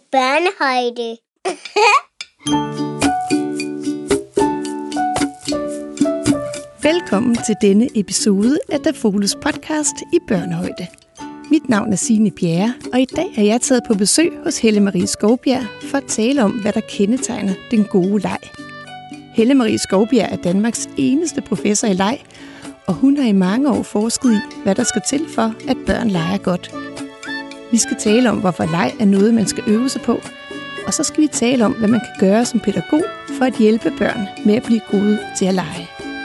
børnehøjde. Velkommen til denne episode af Dafoles podcast i børnehøjde. Mit navn er Signe Bjerre, og i dag er jeg taget på besøg hos Helle Marie Skovbjerg for at tale om, hvad der kendetegner den gode leg. Helle Marie Skovbjerg er Danmarks eneste professor i leg, og hun har i mange år forsket i, hvad der skal til for, at børn leger godt. Vi skal tale om, hvorfor leg er noget, man skal øve sig på, og så skal vi tale om, hvad man kan gøre som pædagog for at hjælpe børn med at blive gode til at lege.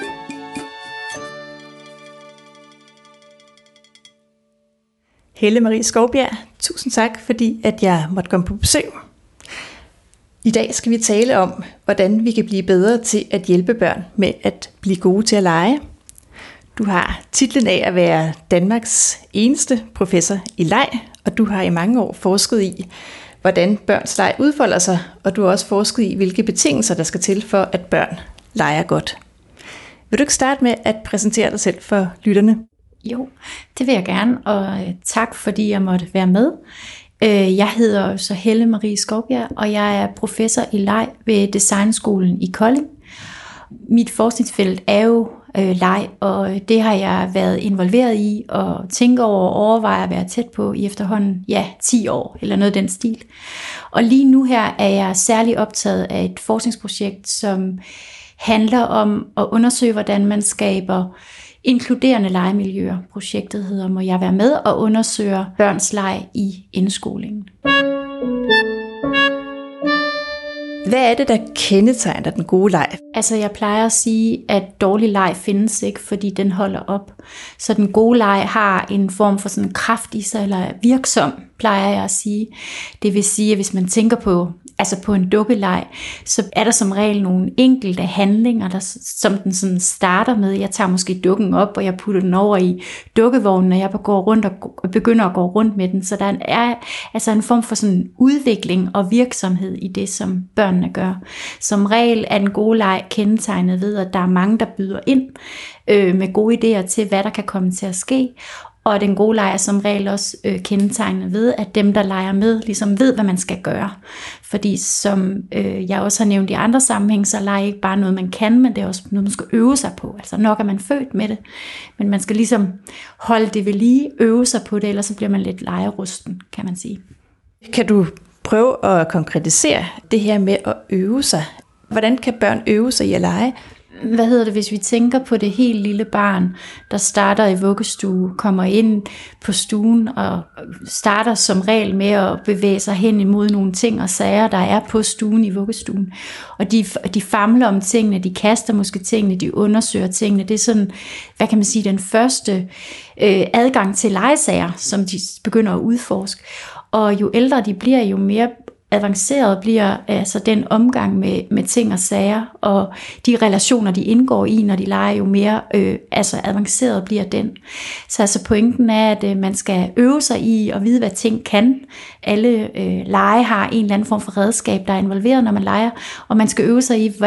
Helle Marie Skovbjerg, tusind tak, fordi at jeg måtte komme på besøg. I dag skal vi tale om, hvordan vi kan blive bedre til at hjælpe børn med at blive gode til at lege. Du har titlen af at være Danmarks eneste professor i leg, og du har i mange år forsket i, hvordan børns leg udfolder sig, og du har også forsket i, hvilke betingelser der skal til for, at børn leger godt. Vil du ikke starte med at præsentere dig selv for lytterne? Jo, det vil jeg gerne, og tak fordi jeg måtte være med. Jeg hedder så Helle Marie Skovbjerg, og jeg er professor i leg ved Designskolen i Kolding. Mit forskningsfelt er jo leg, og det har jeg været involveret i og tænker over og overvejer at være tæt på i efterhånden 10 år, eller noget af den stil. Og lige nu her er jeg særlig optaget af et forskningsprojekt, som handler om at undersøge, hvordan man skaber inkluderende legemiljøer. Projektet hedder Må jeg være med og undersøger børns leg i indskolingen. Hvad er det, der kendetegner den gode leg? Altså jeg plejer at sige, at dårlig leg findes ikke, fordi den holder op. Så den gode leg har en form for sådan kraft i sig, eller er virksom, plejer jeg at sige. Det vil sige, at hvis man tænker på en dukkeleg, så er der som regel nogle enkelte handlinger, som den sådan starter med. Jeg tager måske dukken op, og jeg putter den over i dukkevognen, og jeg går rundt og begynder at gå rundt med den. Så der er altså en form for sådan udvikling og virksomhed i det, som børnene gør. Som regel er den gode leg kendetegnet ved, at der er mange, der byder ind med gode idéer til, hvad der kan komme til at ske. Og den gode leg er som regel også kendetegnet ved, at dem, der leger med, ligesom ved, hvad man skal gøre. Fordi som jeg også har nævnt i andre sammenhæng, så leger ikke bare noget, man kan, men det er også noget, man skal øve sig på. Altså nok er man født med det, men man skal ligesom holde det ved lige, øve sig på det, ellers så bliver man lidt legerusten, kan man sige. Kan du prøve at konkretisere det her med at øve sig? Hvordan kan børn øve sig i at lege? Hvis vi tænker på det helt lille barn, der starter i vuggestue, kommer ind på stuen og starter som regel med at bevæge sig hen imod nogle ting og sager, der er på stuen i vuggestuen. Og de famler om tingene, de kaster måske tingene, de undersøger tingene. Det er sådan, den første adgang til legesager, som de begynder at udforske. Og jo ældre de bliver, jo mere avanceret bliver altså den omgang med ting og sager, og de relationer, de indgår i, når de leger, jo mere avanceret bliver den. Så altså pointen er, at man skal øve sig i at vide, hvad ting kan. Alle lege har en eller anden form for redskab, der er involveret, når man leger, og man skal øve sig i,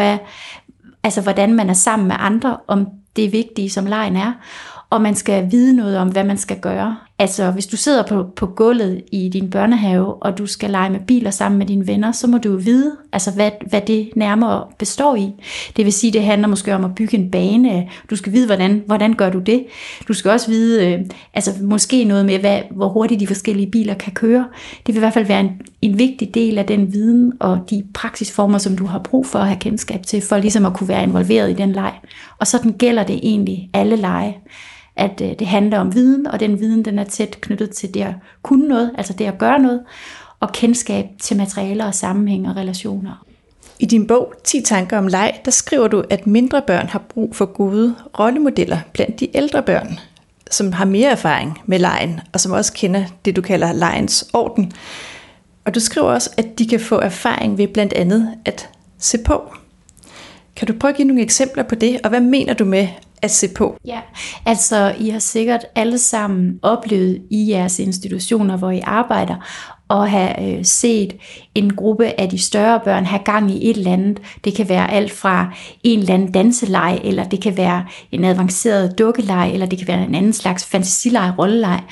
hvordan man er sammen med andre, om det vigtige, som legen er. Og man skal vide noget om, hvad man skal gøre. Altså, hvis du sidder på gulvet i din børnehave, og du skal lege med biler sammen med dine venner, så må du jo vide, hvad det nærmere består i. Det vil sige, det handler måske om at bygge en bane. Du skal vide, hvordan gør du det. Du skal også vide, måske noget med, hvor hurtigt de forskellige biler kan køre. Det vil i hvert fald være en vigtig del af den viden og de praksisformer, som du har brug for at have kendskab til, for ligesom at kunne være involveret i den leg. Og sådan gælder det egentlig alle lege, at det handler om viden, og den viden, den er tæt knyttet til det at kunne noget, altså det at gøre noget, og kendskab til materialer og sammenhæng og relationer. I din bog 10 tanker om leg, der skriver du, at mindre børn har brug for gode rollemodeller blandt de ældre børn, som har mere erfaring med legen, og som også kender det, du kalder legens orden. Og du skriver også, at de kan få erfaring ved blandt andet at se på. Kan du prøve at give nogle eksempler på det, og hvad mener du med at se på? Ja, altså I har sikkert alle sammen oplevet i jeres institutioner, hvor I arbejder, og have set en gruppe af de større børn have gang i et eller andet. Det kan være alt fra en eller anden danseleg, eller det kan være en avanceret dukkeleg, eller det kan være en anden slags fantasileg, rolleleg.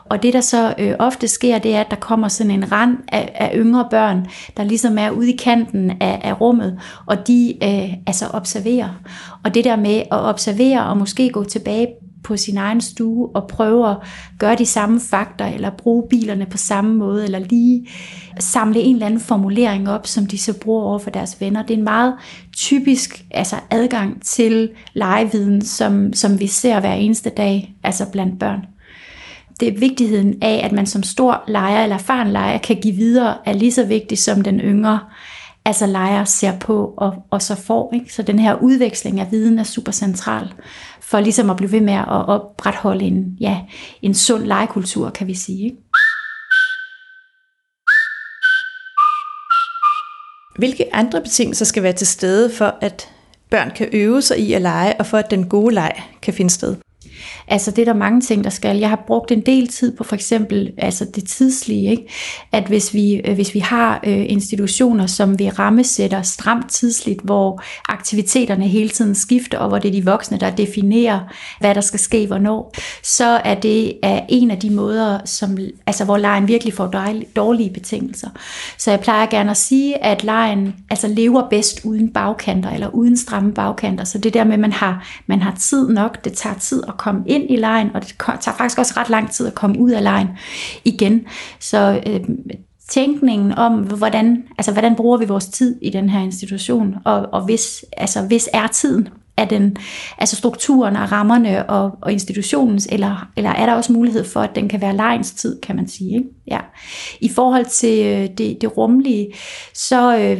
Og det der så ofte sker, det er, at der kommer sådan en rand af yngre børn, der ligesom er ude i kanten af rummet, og de altså observerer. Og det der med at observere og måske gå tilbage på sin egen stue og prøve at gøre de samme fakta, eller bruge bilerne på samme måde, eller lige samle en eller anden formulering op, som de så bruger over for deres venner. Det er en meget typisk adgang til legeviden, som vi ser hver eneste dag, blandt børn. Det er vigtigheden af, at man som stor leger eller erfaren leger kan give videre, er lige så vigtigt som den yngre leger ser på og så får. Ikke? Så den her udveksling af viden er super central for ligesom at blive ved med at opretholde en sund legekultur, kan vi sige. Ikke? Hvilke andre betingelser skal være til stede for, at børn kan øve sig i at lege, og for at den gode leg kan finde sted? Det er der mange ting, der skal. Jeg har brugt en del tid på for eksempel det tidslige, ikke? At hvis vi har institutioner, som vi rammesætter stramt tidsligt, hvor aktiviteterne hele tiden skifter, og hvor det er de voksne, der definerer, hvad der skal ske hvornår, så er det en af de måder, hvor legen virkelig får dårlige betingelser. Så jeg plejer gerne at sige, at legen lever bedst uden bagkanter, eller uden stramme bagkanter. Så det der med, at man har tid nok, det tager tid at komme ind i legen, og det tager faktisk også ret lang tid at komme ud af legen igen. Så tænkningen om, hvordan bruger vi vores tid i den her institution, og hvis er tiden af den, strukturen og rammerne og institutionens, eller er der også mulighed for, at den kan være legens tid, kan man sige. Ikke? Ja. I forhold til det rumlige, så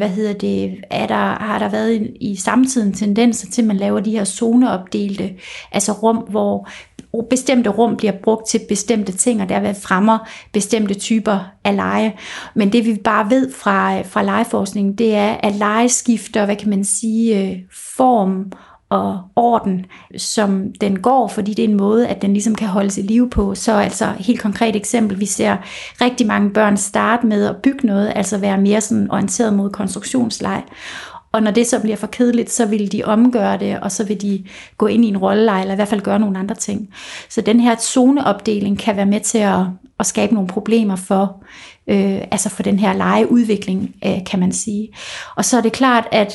har der været i samtiden tendenser til, at man laver de her zoneopdelte, rum, hvor bestemte rum bliver brugt til bestemte ting, og derved fremmer bestemte typer af lege. Men det vi bare ved fra legeforskningen, det er, at lege skifter, form og orden, som den går, fordi det er en måde, at den ligesom kan holdes i live på. Så helt konkret eksempel, vi ser rigtig mange børn starte med at bygge noget, være mere sådan orienteret mod konstruktionsleg. Og når det så bliver for kedeligt, så vil de omgøre det, og så vil de gå ind i en rolleleg, eller i hvert fald gøre nogle andre ting. Så den her zoneopdeling kan være med til at skabe nogle problemer for den her legeudvikling, kan man sige. Og så er det klart, at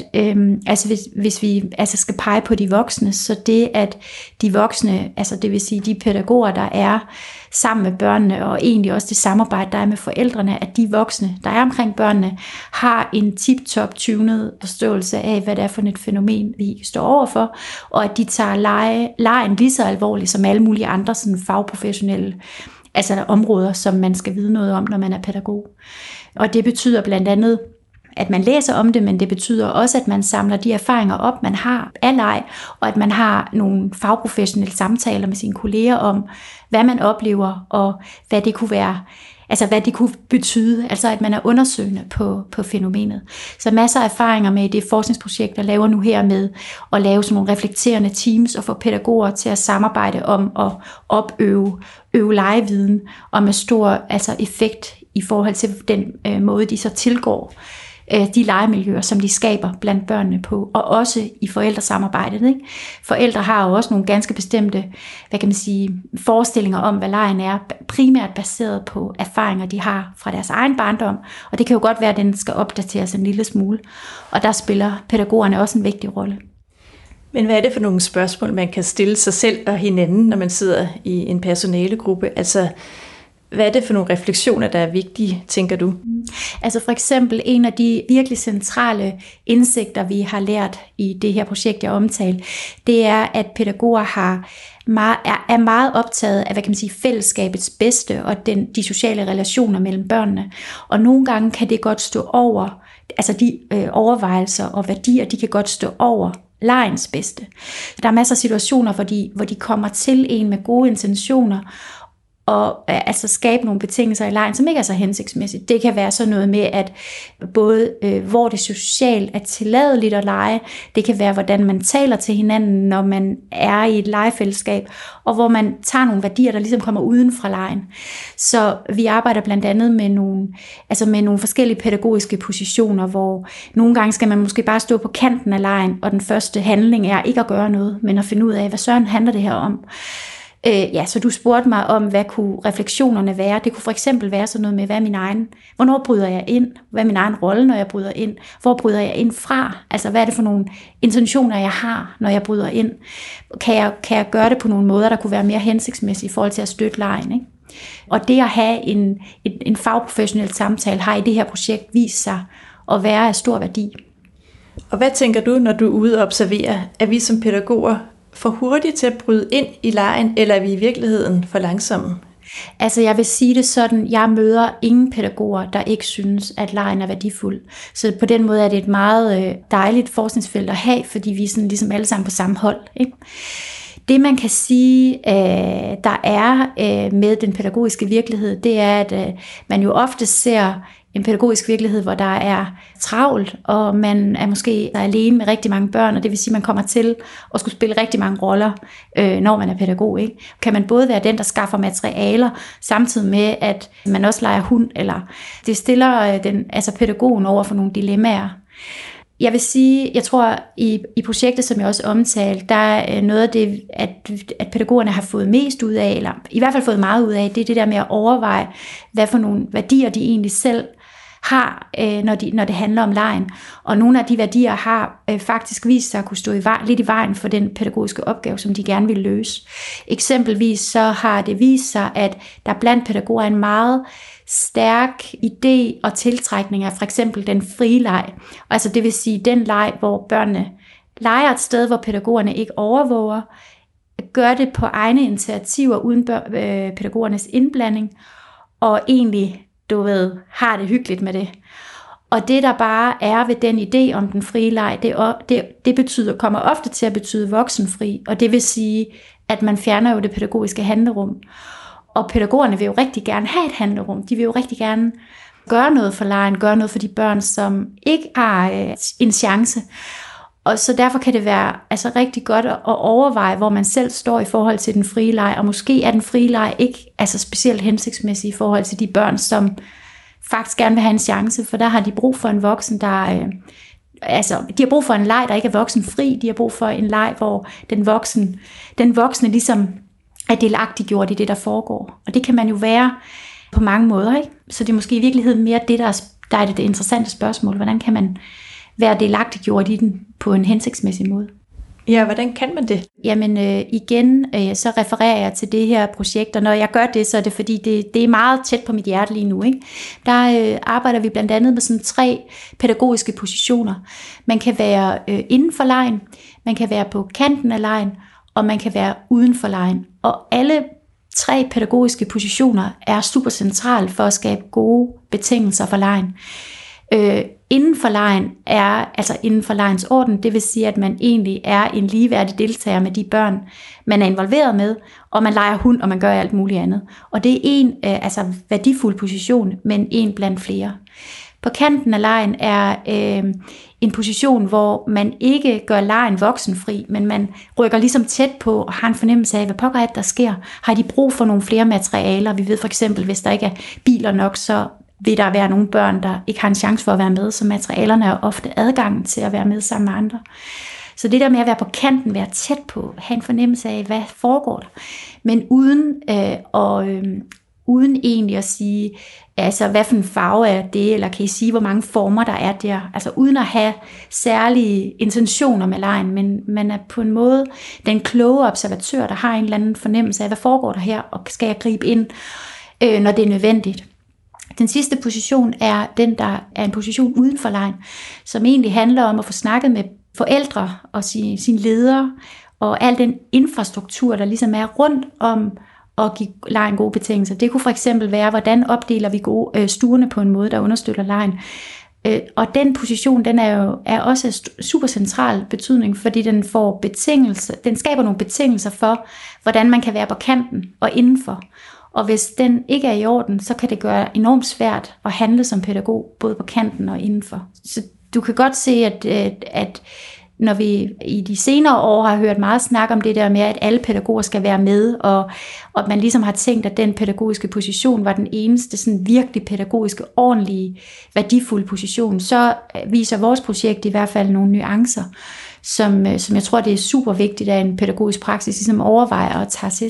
hvis vi skal pege på de voksne, så det at de voksne, det vil sige de pædagoger, der er sammen med børnene, og egentlig også det samarbejde, der er med forældrene, at de voksne, der er omkring børnene, har en tip-top tunet forståelse af, hvad det er for et fænomen, vi står overfor, og at de tager legen lige så alvorligt som alle mulige andre sådan fagprofessionelle områder, som man skal vide noget om, når man er pædagog. Og det betyder blandt andet, at man læser om det, men det betyder også, at man samler de erfaringer op, man har af leg, og at man har nogle fagprofessionelle samtaler med sine kolleger om, hvad man oplever, og hvad det kunne være, hvad det kunne betyde, at man er undersøgende på fænomenet. Så masser af erfaringer med det forskningsprojekt, der laver nu her med at lave sådan nogle reflekterende teams og få pædagoger til at samarbejde om at opøve legeviden, og med stor effekt i forhold til den måde, de så tilgår de legemiljøer, som de skaber blandt børnene på, og også i forældresamarbejdet. Ikke? Forældre har jo også nogle ganske bestemte, forestillinger om, hvad legen er, primært baseret på erfaringer, de har fra deres egen barndom, og det kan jo godt være, at den skal opdateres en lille smule, og der spiller pædagogerne også en vigtig rolle. Men hvad er det for nogle spørgsmål, man kan stille sig selv og hinanden, når man sidder i en personalegruppe? Hvad er det for nogle refleksioner, der er vigtige, tænker du? For eksempel en af de virkelig centrale indsigter, vi har lært i det her projekt, jeg omtalte, det er, at pædagoger er meget optaget af, fællesskabets bedste og de sociale relationer mellem børnene. Og nogle gange kan det godt stå over, de overvejelser og værdier, de kan godt stå over legens bedste. Der er masser af situationer, hvor de kommer til en med gode intentioner, og skabe nogle betingelser i legen, som ikke er så hensigtsmæssigt. Det kan være sådan noget med, at både hvor det socialt er tilladeligt at lege, det kan være, hvordan man taler til hinanden, når man er i et legefællesskab, og hvor man tager nogle værdier, der ligesom kommer uden fra legen. Så vi arbejder blandt andet med nogle forskellige pædagogiske positioner, hvor nogle gange skal man måske bare stå på kanten af legen, og den første handling er ikke at gøre noget, men at finde ud af, hvad søren handler det her om. Så du spurgte mig om, hvad kunne refleksionerne være. Det kunne for eksempel være sådan noget med, hvornår bryder jeg ind? Hvad er min egen rolle, når jeg bryder ind? Hvor bryder jeg ind fra? Altså, hvad er det for nogle intentioner, jeg har, når jeg bryder ind? Kan jeg gøre det på nogle måder, der kunne være mere hensigtsmæssige i forhold til at støtte legen, ikke? Og det at have en fagprofessionel samtale har i det her projekt vist sig at være af stor værdi. Og hvad tænker du, når du er ude og observere? Er vi som pædagoger for hurtige til at bryde ind i legen, eller er vi i virkeligheden for langsomme? Altså jeg vil sige det sådan, jeg møder ingen pædagoger, der ikke synes, at legen er værdifuld. Så på den måde er det et meget dejligt forskningsfelt at have, fordi vi er sådan ligesom alle sammen på samme hold, ikke? Det man kan sige, der er med den pædagogiske virkelighed, det er, at man jo ofte ser en pædagogisk virkelighed, hvor der er travlt, og man er måske alene med rigtig mange børn, og det vil sige, at man kommer til at skulle spille rigtig mange roller, når man er pædagog, ikke? Kan man både være den, der skaffer materialer, samtidig med, at man også leger hund, eller det stiller pædagogen over for nogle dilemmaer. Jeg vil sige, jeg tror i projektet, som jeg også omtalte, der er noget af det, at pædagogerne har fået mest ud af, eller i hvert fald fået meget ud af, det er det der med at overveje, hvad for nogle værdier de egentlig selv har, når det handler om legen. Og nogle af de værdier har faktisk vist sig at kunne stå lidt i vejen for den pædagogiske opgave, som de gerne vil løse. Eksempelvis så har det vist sig, at der blandt pædagoger er en meget stærk idé og tiltrækning af for eksempel den frie leg. Altså det vil sige den leg, hvor børnene leger et sted, hvor pædagogerne ikke overvåger, gør det på egne initiativer uden pædagogernes indblanding, og egentlig, har det hyggeligt med det. Og det der bare er ved den idé om den frie leg, det kommer ofte til at betyde voksenfri, og det vil sige, at man fjerner jo det pædagogiske handlerum. Og pædagogerne vil jo rigtig gerne have et handlerum. De vil jo rigtig gerne gøre noget for legen, gøre noget for de børn, som ikke har en chance. Og så derfor kan det være rigtig godt at overveje, hvor man selv står i forhold til den frie leg, og måske er den frie leg ikke specielt hensigtsmæssig i forhold til de børn, som faktisk gerne vil have en chance, for der har de brug for en voksen, de har brug for en leg, der ikke er voksenfri. De har brug for en leg, hvor den voksne ligesom er delagtiggjort i det, der foregår. Og det kan man jo være på mange måder, ikke? Så det er måske i virkeligheden mere det, der er det interessante spørgsmål. Hvordan kan man være delagtiggjort i den på en hensigtsmæssig måde? Ja, hvordan kan man det? Jamen igen, så refererer jeg til det her projekt, og når jeg gør det, så er det fordi, det er meget tæt på mit hjerte lige nu, ikke? Der arbejder vi blandt andet med sådan 3 pædagogiske positioner. Man kan være inden for legen, man kan være på kanten af legen, og man kan være uden for legen. Og alle 3 pædagogiske positioner er super centrale for at skabe gode betingelser for legen. Inden for legen inden for legens orden, det vil sige, at man egentlig er en ligeværdig deltager med de børn, man er involveret med, og man leger hund, og man gør alt muligt andet. Og det er en værdifuld position, men en blandt flere. På kanten af legen er en position, hvor man ikke gør legen voksenfri, men man rykker ligesom tæt på og har en fornemmelse af, hvad pokker er det, der sker. Har de brug for nogle flere materialer? Vi ved for eksempel, hvis der ikke er biler nok, så vil der være nogle børn, der ikke har en chance for at være med, så materialerne er ofte adgangen til at være med sammen med andre. Så det der med at være på kanten, være tæt på, have en fornemmelse af, hvad foregår der, men uden egentlig at sige, hvad for en farve er det, eller kan I sige, hvor mange former der er der, altså uden at have særlige intentioner med legen, men man er på en måde den kloge observatør, der har en eller anden fornemmelse af, hvad foregår der her, og skal jeg gribe ind, når det er nødvendigt. Den sidste position er den, der er en position uden for legen, som egentlig handler om at få snakket med forældre og sine ledere, og al den infrastruktur, der ligesom er rundt om at give legen gode betingelser. Det kunne for eksempel være, hvordan opdeler vi stuerne på en måde, der understøtter legen. Og den position, den er også af super central betydning, fordi den skaber nogle betingelser for, hvordan man kan være på kanten og indenfor. Og hvis den ikke er i orden, så kan det gøre enormt svært at handle som pædagog, både på kanten og indenfor. Så du kan godt se, at når vi i de senere år har hørt meget snak om det der med, at alle pædagoger skal være med, og man ligesom har tænkt, at den pædagogiske position var den eneste sådan virkelig pædagogiske, ordentlige, værdifulde position, så viser vores projekt i hvert fald nogle nuancer, som jeg tror, det er super vigtigt, at en pædagogisk praksis ligesom overvejer at tage til sig.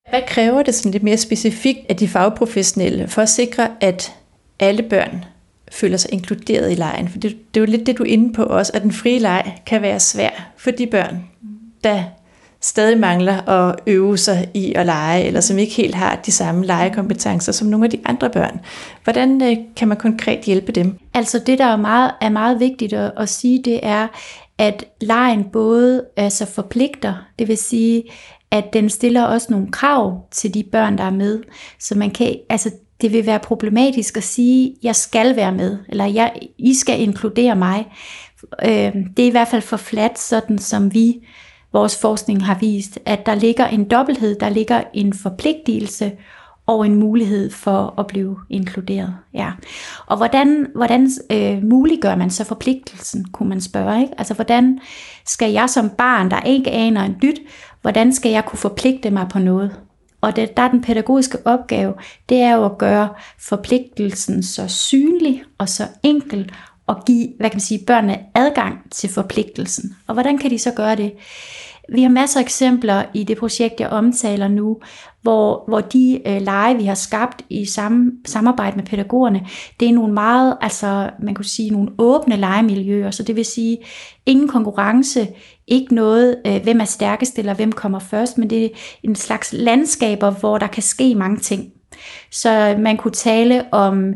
Hvad kræver det sådan lidt mere specifikt af de fagprofessionelle for at sikre, at alle børn føler sig inkluderet i legen? For det er jo lidt det, du er inde på også, at den frie leg kan være svær for de børn, der stadig mangler at øve sig i at lege, eller som ikke helt har de samme legekompetencer som nogle af de andre børn. Hvordan kan man konkret hjælpe dem? Altså det, der er meget vigtigt at sige, det er, at legen både forpligter, det vil sige, at den stiller også nogle krav til de børn, der er med. Så man kan, det vil være problematisk at sige, jeg skal være med, eller I skal inkludere mig. Det er i hvert fald for fladt, sådan som vores forskning har vist, at der ligger en dobbelthed, der ligger en forpligtelse og en mulighed for at blive inkluderet. Ja. Og hvordan muliggør man så forpligtelsen, kunne man spørge, ikke? Altså hvordan skal jeg som barn, der ikke aner en dyt, hvordan skal jeg kunne forpligte mig på noget? Og der er den pædagogiske opgave, det er jo at gøre forpligtelsen så synlig og så enkel, og give, børnene adgang til forpligtelsen. Og hvordan kan de så gøre det? Vi har masser af eksempler i det projekt, jeg omtaler nu, hvor de lege, vi har skabt i samarbejde med pædagogerne, det er nogle meget, man kunne sige, nogle åbne legemiljøer. Så det vil sige, ingen konkurrence, ikke noget, hvem er stærkest eller hvem kommer først, men det er en slags landskaber, hvor der kan ske mange ting. Så man kunne tale om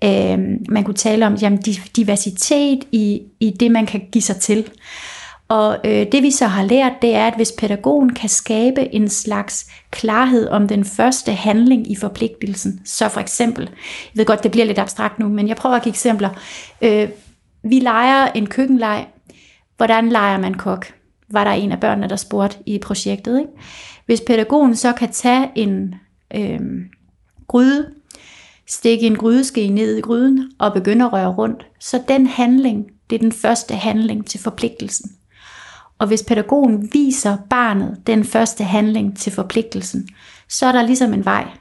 diversitet i det, man kan give sig til. Og det vi så har lært, det er, at hvis pædagogen kan skabe en slags klarhed om den første handling i forpligtelsen, så for eksempel, jeg ved godt, det bliver lidt abstrakt nu, men jeg prøver at give eksempler. Vi leger en køkkenleg. Hvordan leger man kok? Var der en af børnene, der spurgte i projektet, ikke? Hvis pædagogen så kan tage en gryde, stikke en grydeske ned i gryden og begynde at røre rundt, så den handling, det er den første handling til forpligtelsen. Og hvis pædagogen viser barnet den første handling til forpligtelsen, så er der ligesom en vej.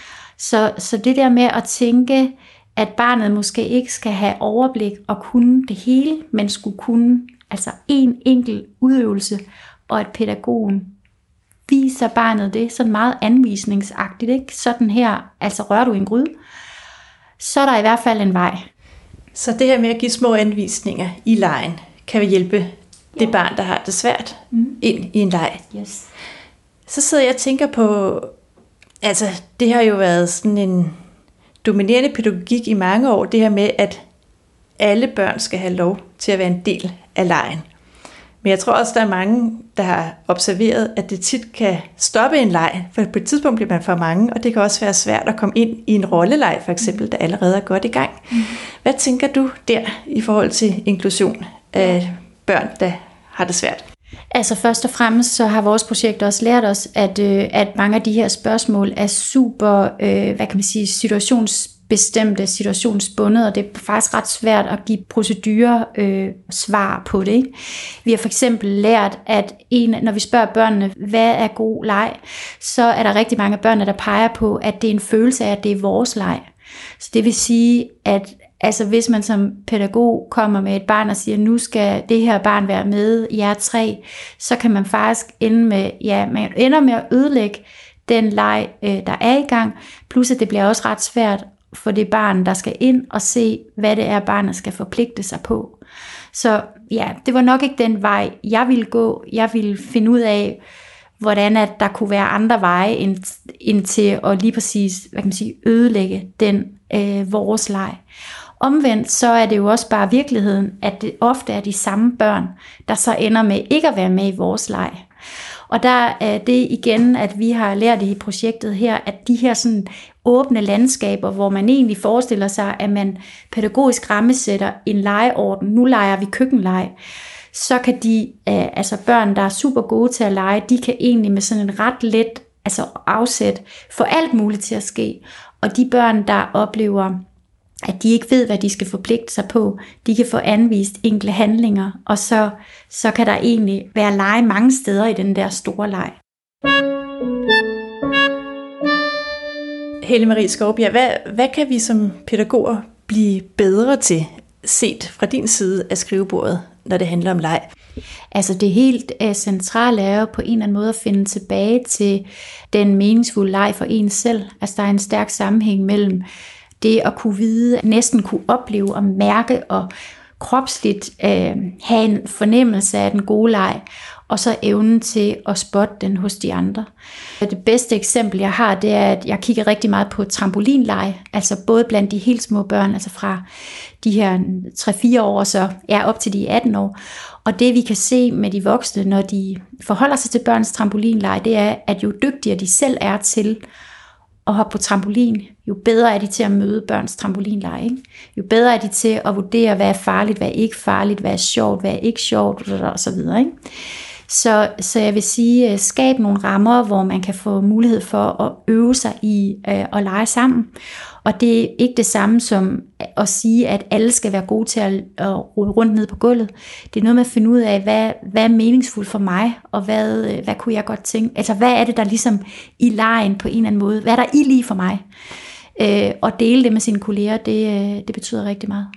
Så det der med at tænke, at barnet måske ikke skal have overblik og kunne det hele, men skulle kunne en enkelt udøvelse, og at pædagogen viser barnet det sådan meget anvisningsagtigt, ikke? Sådan her, rører du en gryde, så er der i hvert fald en vej. Så det her med at give små anvisninger i legen, kan vi hjælpe det barn, der har det svært, ind i en leg. Yes. Så sidder jeg og tænker på, det har jo været sådan en dominerende pædagogik i mange år, det her med, at alle børn skal have lov til at være en del af legen. Men jeg tror også, der er mange, der har observeret, at det tit kan stoppe en leg, for på et tidspunkt bliver man for mange, og det kan også være svært at komme ind i en rolleleg, for eksempel, der allerede er godt i gang. Hvad tænker du der i forhold til inklusion af børn, der har det svært? Først og fremmest så har vores projekt også lært os, at mange af de her spørgsmål er super, situationsbestemte, situationsbundet, og det er faktisk ret svært at give proceduresvar på det, ikke? Vi har for eksempel lært, at når vi spørger børnene, hvad er god leg, så er der rigtig mange af børnene, der peger på, at det er en følelse af, at det er vores leg. Så det vil sige, at hvis man som pædagog kommer med et barn og siger, nu skal det her barn være med, jer 3, så kan man faktisk man ender med at ødelægge den leg, der er i gang, plus at det bliver også ret svært for det barn, der skal ind og se, hvad det er, barnet skal forpligte sig på. Så ja, det var nok ikke den vej, jeg ville gå. Jeg ville finde ud af, hvordan at der kunne være andre veje end til at lige præcis, ødelægge den vores leg. Omvendt så er det jo også bare virkeligheden, at det ofte er de samme børn, der så ender med ikke at være med i vores leg. Og der er det igen, at vi har lært i projektet her, at de her sådan åbne landskaber, hvor man egentlig forestiller sig, at man pædagogisk rammesætter en legeorden, nu leger vi køkkenleg, så kan de, børn, der er super gode til at lege, de kan egentlig med sådan en ret let afsæt få alt muligt til at ske. Og de børn, der oplever, at de ikke ved, hvad de skal forpligte sig på, de kan få anvist enkle handlinger, og så kan der egentlig være lege mange steder i den der store leg. Helle Marie Skovbjerg, hvad kan vi som pædagoger blive bedre til, set fra din side af skrivebordet, når det handler om leg? Altså det helt centrale er jo på en eller anden måde at finde tilbage til den meningsfulde leg for en selv. Altså der er en stærk sammenhæng mellem det at kunne vide, næsten kunne opleve og mærke og kropsligt have en fornemmelse af den gode leg, og så evnen til at spotte den hos de andre. Det bedste eksempel, jeg har, det er, at jeg kigger rigtig meget på trampolinleg, altså både blandt de helt små børn, altså fra de her 3-4 år, så er op til de 18 år. Og det vi kan se med de voksne, når de forholder sig til børns trampolinleg, det er, at jo dygtigere de selv er til at hoppe på trampolin, jo bedre er de til at møde børns trampolinleg. Ikke? Jo bedre er de til at vurdere, hvad er farligt, hvad er ikke farligt, hvad er sjovt, hvad er ikke sjovt, og så videre. Ikke? Så jeg vil sige, skab nogle rammer, hvor man kan få mulighed for at øve sig i at lege sammen. Og det er ikke det samme som at sige, at alle skal være gode til at rulle rundt ned på gulvet. Det er noget med at finde ud af, hvad er meningsfuldt for mig, og hvad kunne jeg godt tænke. Altså hvad er det, der ligesom i legen på en eller anden måde, hvad er der i lige for mig? Og dele det med sine kolleger, det betyder rigtig meget.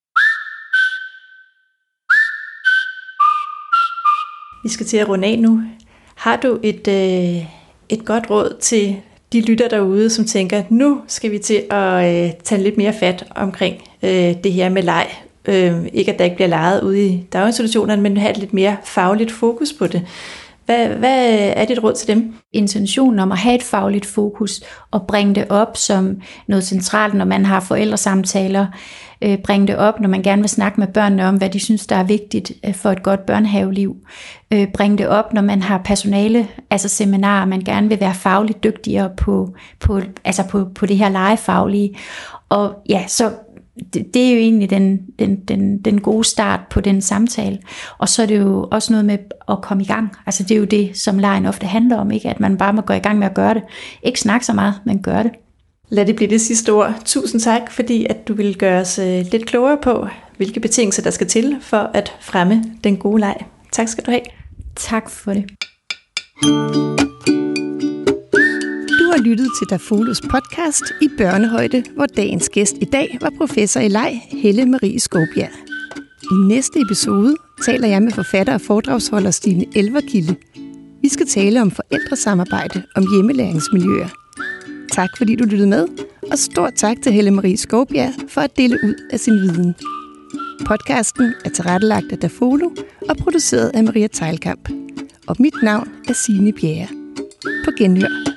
Vi skal til at runde af nu. Har du et godt råd til de lytter derude, som tænker, at nu skal vi til at tage lidt mere fat omkring det her med leg? Ikke at der ikke bliver leget ude i daginstitutionerne, men have et lidt mere fagligt fokus på det. Hvad er dit råd til dem? Intentionen om at have et fagligt fokus og bringe det op som noget centralt, når man har forældresamtaler. Bringe det op, når man gerne vil snakke med børnene om, hvad de synes, der er vigtigt for et godt børnehaveliv. Bringe det op, når man har personale, altså seminarer, man gerne vil være fagligt dygtigere på det her legefaglige. Og ja, så det er jo egentlig den gode start på den samtale. Og så er det jo også noget med at komme i gang. Altså det er jo det, som legen ofte handler om, ikke? At man bare må gå i gang med at gøre det. Ikke snakke så meget, men gøre det. Lad det blive det sidste ord. Tusind tak, fordi at du vil gøre os lidt klogere på, hvilke betingelser der skal til for at fremme den gode leg. Tak skal du have. Tak for det. Du har lyttet til Dafolos podcast i børnehøjde, hvor dagens gæst i dag var professor i leg, Helle Marie Skovbjerg. I næste episode taler jeg med forfatter og foredragsholder Stine Elverkilde. Vi skal tale om forældresamarbejde om hjemmelæringsmiljøer. Tak fordi du lyttede med, og stort tak til Helle Marie Skovbjerg for at dele ud af sin viden. Podcasten er tilrettelagt af Dafolo og produceret af Maria Teilkamp. Og mit navn er Signe Bjerre. På genhør.